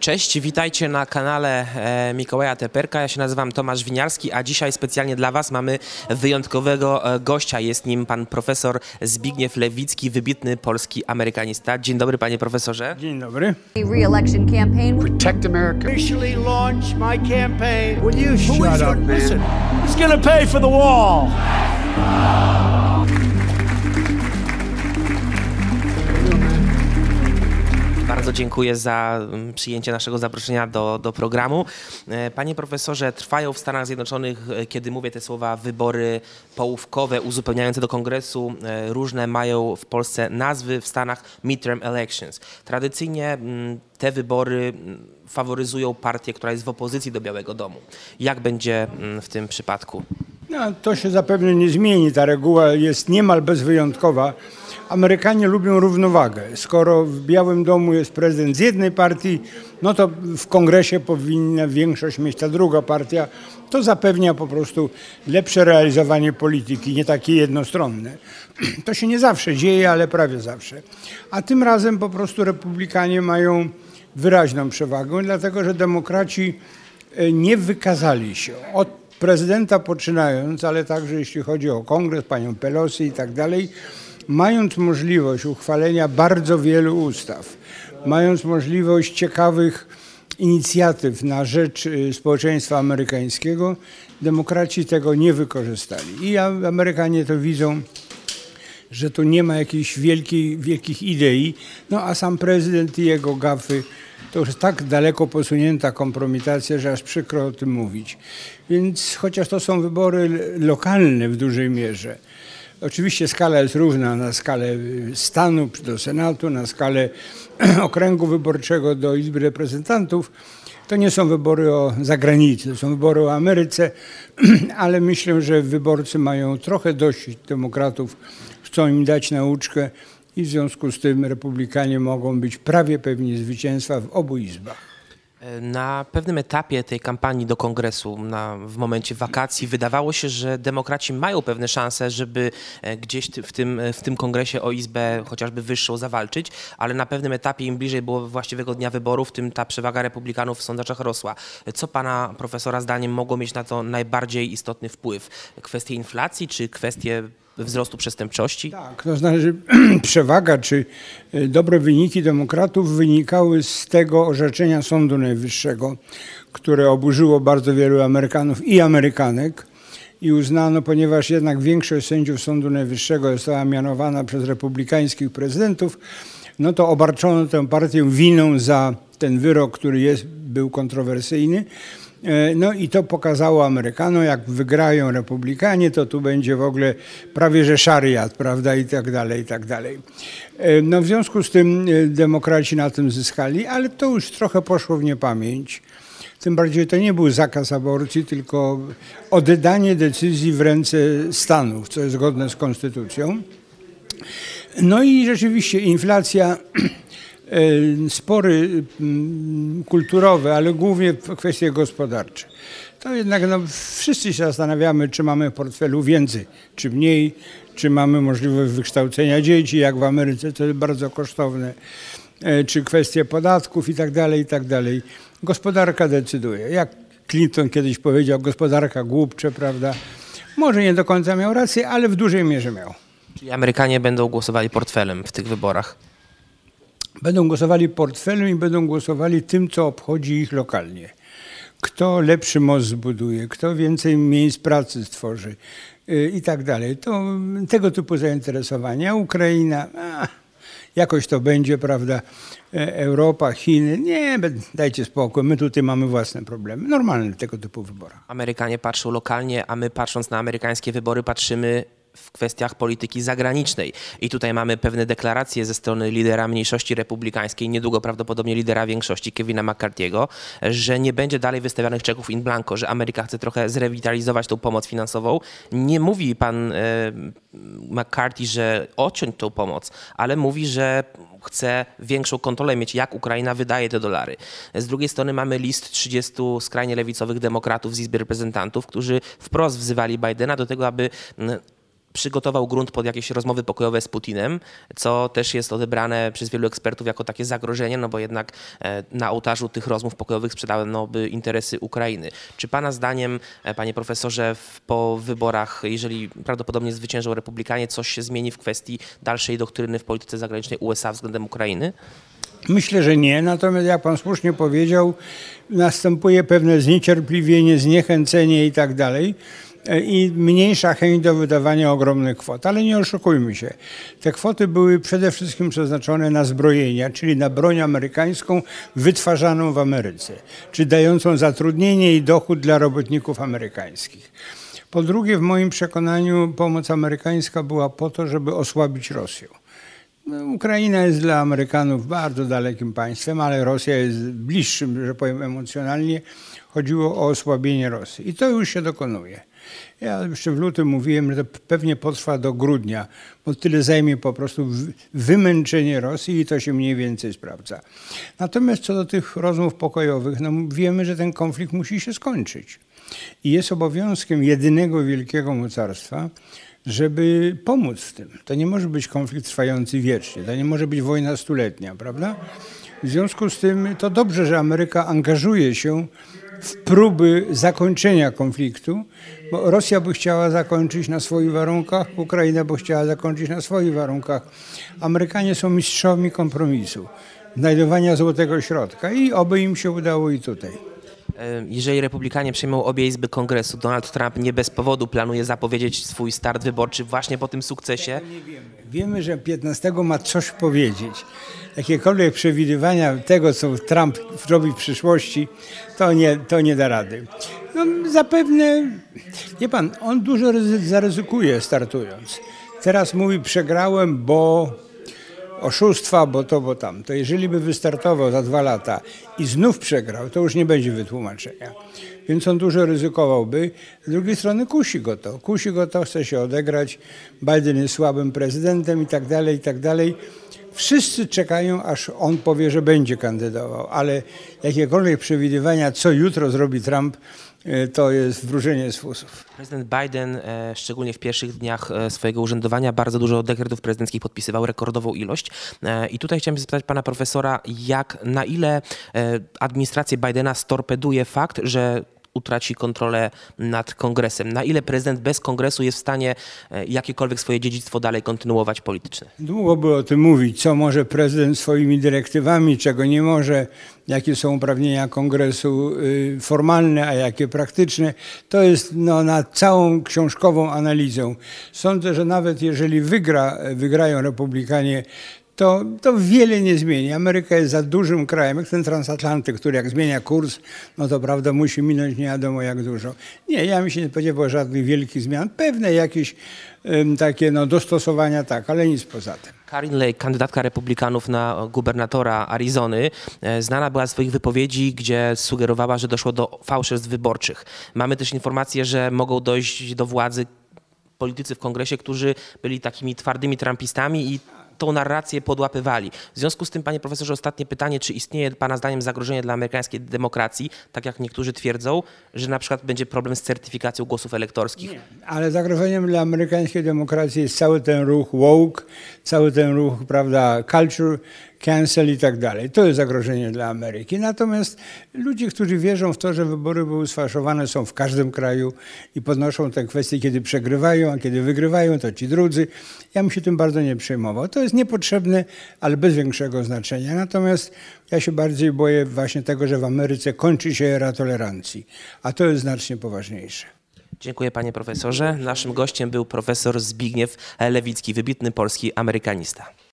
Cześć, witajcie na kanale Mikołaja Teperka. Ja się nazywam Tomasz Winiarski, a dzisiaj specjalnie dla Was mamy wyjątkowego gościa. Jest nim pan profesor Zbigniew Lewicki, wybitny polski amerykanista. Dzień dobry, panie profesorze. Dzień dobry. Re-election campaign. Protect America. Officially launch my campaign. Will you shut up, man? Listen, who's gonna pay for the wall? Bardzo dziękuję za przyjęcie naszego zaproszenia do programu. Panie profesorze, trwają w Stanach Zjednoczonych, kiedy mówię te słowa, wybory połówkowe uzupełniające do kongresu. Różne mają w Polsce nazwy, w Stanach midterm elections. Tradycyjnie te wybory faworyzują partię, która jest w opozycji do Białego Domu. Jak będzie w tym przypadku? No, to się zapewne nie zmieni. Ta reguła jest niemal bezwyjątkowa. Amerykanie lubią równowagę. Skoro w Białym Domu jest prezydent z jednej partii, no to w kongresie powinna większość mieć ta druga partia. To zapewnia po prostu lepsze realizowanie polityki, nie takie jednostronne. To się nie zawsze dzieje, ale prawie zawsze. A tym razem po prostu republikanie mają wyraźną przewagę, dlatego że demokraci nie wykazali się od prezydenta poczynając, ale także jeśli chodzi o kongres, panią Pelosi i tak dalej, mając możliwość uchwalenia bardzo wielu ustaw, mając możliwość ciekawych inicjatyw na rzecz społeczeństwa amerykańskiego, demokraci tego nie wykorzystali. I Amerykanie to widzą, że tu nie ma jakichś wielkich idei, no a sam prezydent i jego gafy to już tak daleko posunięta kompromitacja, że aż przykro o tym mówić. Więc chociaż to są wybory lokalne w dużej mierze, oczywiście skala jest równa na skalę stanu do Senatu, na skalę okręgu wyborczego do Izby Reprezentantów. To nie są wybory o zagranicy, to są wybory o Ameryce, ale myślę, że wyborcy mają trochę dość demokratów, chcą im dać nauczkę i w związku z tym republikanie mogą być prawie pewni zwycięstwa w obu izbach. Na pewnym etapie tej kampanii do kongresu, w momencie wakacji, wydawało się, że demokraci mają pewne szanse, żeby gdzieś w tym kongresie o izbę chociażby wyższą zawalczyć, ale na pewnym etapie im bliżej było właściwego dnia wyborów, tym ta przewaga republikanów w sondażach rosła. Co pana profesora zdaniem mogło mieć na to najbardziej istotny wpływ? Kwestie inflacji czy kwestie wzrostu przestępczości? Tak, to znaczy przewaga czy dobre wyniki demokratów wynikały z tego orzeczenia Sądu Najwyższego, które oburzyło bardzo wielu Amerykanów i Amerykanek i uznano, ponieważ jednak większość sędziów Sądu Najwyższego została mianowana przez republikańskich prezydentów, no to obarczono tę partię winą za ten wyrok, który był kontrowersyjny. No i to pokazało Amerykanom, jak wygrają republikanie, to tu będzie w ogóle prawie że szariat, prawda, i tak dalej, i tak dalej. No w związku z tym demokraci na tym zyskali, ale to już trochę poszło w niepamięć. Tym bardziej to nie był zakaz aborcji, tylko oddanie decyzji w ręce Stanów, co jest zgodne z konstytucją. No i rzeczywiście inflacja, spory kulturowe, ale głównie kwestie gospodarcze. To jednak wszyscy się zastanawiamy, czy mamy w portfelu więcej, czy mniej, czy mamy możliwość wykształcenia dzieci, jak w Ameryce, to jest bardzo kosztowne, czy kwestie podatków i tak dalej, i tak dalej. Gospodarka decyduje. Jak Clinton kiedyś powiedział, gospodarka głupcze, prawda? Może nie do końca miał rację, ale w dużej mierze miał. Czyli Amerykanie będą głosowali portfelem w tych wyborach? Będą głosowali portfelem i będą głosowali tym, co obchodzi ich lokalnie. Kto lepszy most zbuduje, kto więcej miejsc pracy stworzy i tak dalej. To tego typu zainteresowania. Ukraina, jakoś to będzie, prawda, Europa, Chiny, nie, dajcie spokój, my tutaj mamy własne problemy. Normalne tego typu wyborach. Amerykanie patrzą lokalnie, a my patrząc na amerykańskie wybory patrzymy w kwestiach polityki zagranicznej. I tutaj mamy pewne deklaracje ze strony lidera mniejszości republikańskiej, niedługo prawdopodobnie lidera większości, Kevina McCarthy'ego, że nie będzie dalej wystawianych czeków in blanco, że Ameryka chce trochę zrewitalizować tą pomoc finansową. Nie mówi pan McCarthy, że odciąć tą pomoc, ale mówi, że chce większą kontrolę mieć, jak Ukraina wydaje te dolary. Z drugiej strony mamy list 30 skrajnie lewicowych demokratów z Izby Reprezentantów, którzy wprost wzywali Bidena do tego, aby przygotował grunt pod jakieś rozmowy pokojowe z Putinem, co też jest odebrane przez wielu ekspertów jako takie zagrożenie, no bo jednak na ołtarzu tych rozmów pokojowych sprzedano by interesy Ukrainy. Czy pana zdaniem, panie profesorze, po wyborach, jeżeli prawdopodobnie zwyciężą Republikanie, coś się zmieni w kwestii dalszej doktryny w polityce zagranicznej USA względem Ukrainy? Myślę, że nie, natomiast jak pan słusznie powiedział, następuje pewne zniecierpliwienie, zniechęcenie i tak dalej i mniejsza chęć do wydawania ogromnych kwot. Ale nie oszukujmy się, te kwoty były przede wszystkim przeznaczone na zbrojenia, czyli na broń amerykańską wytwarzaną w Ameryce, czy dającą zatrudnienie i dochód dla robotników amerykańskich. Po drugie, w moim przekonaniu pomoc amerykańska była po to, żeby osłabić Rosję. Ukraina jest dla Amerykanów bardzo dalekim państwem, ale Rosja jest bliższym, że powiem emocjonalnie. Chodziło o osłabienie Rosji i to już się dokonuje. Ja jeszcze w lutym mówiłem, że to pewnie potrwa do grudnia, bo tyle zajmie po prostu wymęczenie Rosji i to się mniej więcej sprawdza. Natomiast co do tych rozmów pokojowych, no wiemy, że ten konflikt musi się skończyć. I jest obowiązkiem jedynego wielkiego mocarstwa, żeby pomóc w tym. To nie może być konflikt trwający wiecznie, to nie może być wojna stuletnia, prawda? W związku z tym to dobrze, że Ameryka angażuje się w próby zakończenia konfliktu, bo Rosja by chciała zakończyć na swoich warunkach, Ukraina by chciała zakończyć na swoich warunkach. Amerykanie są mistrzami kompromisu, znajdowania złotego środka i oby im się udało i tutaj. Jeżeli Republikanie przejmą obie izby Kongresu, Donald Trump nie bez powodu planuje zapowiedzieć swój start wyborczy właśnie po tym sukcesie. Nie wiemy. Wiemy, że 15 ma coś powiedzieć. Jakiekolwiek przewidywania tego, co Trump zrobi w przyszłości, to nie da rady. No, zapewne, wie pan, on dużo zaryzykuje startując. Teraz mówi, przegrałem, bo oszustwa, bo to, bo tamto. Jeżeli by wystartował za 2 lata i znów przegrał, to już nie będzie wytłumaczenia. Więc on dużo ryzykowałby. Z drugiej strony kusi go to, chce się odegrać. Biden jest słabym prezydentem i tak dalej, i tak dalej. Wszyscy czekają, aż on powie, że będzie kandydował, ale jakiekolwiek przewidywania, co jutro zrobi Trump, to jest wróżenie z fusów. Prezydent Biden, szczególnie w pierwszych dniach swojego urzędowania, bardzo dużo dekretów prezydenckich podpisywał, rekordową ilość. I tutaj chciałem zapytać pana profesora, na ile administracja Bidena storpeduje fakt, że utraci kontrolę nad kongresem. Na ile prezydent bez kongresu jest w stanie jakiekolwiek swoje dziedzictwo dalej kontynuować polityczne? Długo by o tym mówić, co może prezydent swoimi dyrektywami, czego nie może, jakie są uprawnienia kongresu formalne, a jakie praktyczne. To jest nad całą książkową analizą. Sądzę, że nawet jeżeli wygrają Republikanie, to wiele nie zmieni. Ameryka jest za dużym krajem, jak ten transatlantyk, który jak zmienia kurs, no to prawda musi minąć nie wiadomo jak dużo. Nie, ja mi się nie spodziewał żadnych wielkich zmian. Pewne jakieś takie dostosowania tak, ale nic poza tym. Karin Lake, kandydatka republikanów na gubernatora Arizony, znana była z swoich wypowiedzi, gdzie sugerowała, że doszło do fałszerstw wyborczych. Mamy też informację, że mogą dojść do władzy politycy w kongresie, którzy byli takimi twardymi trumpistami i tą narrację podłapywali. W związku z tym, panie profesorze, ostatnie pytanie, czy istnieje pana zdaniem zagrożenie dla amerykańskiej demokracji, tak jak niektórzy twierdzą, że na przykład będzie problem z certyfikacją głosów elektorskich? Nie, ale zagrożeniem dla amerykańskiej demokracji jest cały ten ruch woke, cały ten ruch, prawda, culture, cancel i tak dalej. To jest zagrożenie dla Ameryki. Natomiast ludzie, którzy wierzą w to, że wybory były sfałszowane, są w każdym kraju i podnoszą te kwestie, kiedy przegrywają, a kiedy wygrywają, to ci drudzy. Ja bym się tym bardzo nie przejmował. To jest niepotrzebne, ale bez większego znaczenia. Natomiast ja się bardziej boję właśnie tego, że w Ameryce kończy się era tolerancji, a to jest znacznie poważniejsze. Dziękuję panie profesorze. Naszym gościem był profesor Zbigniew Lewicki, wybitny polski amerykanista.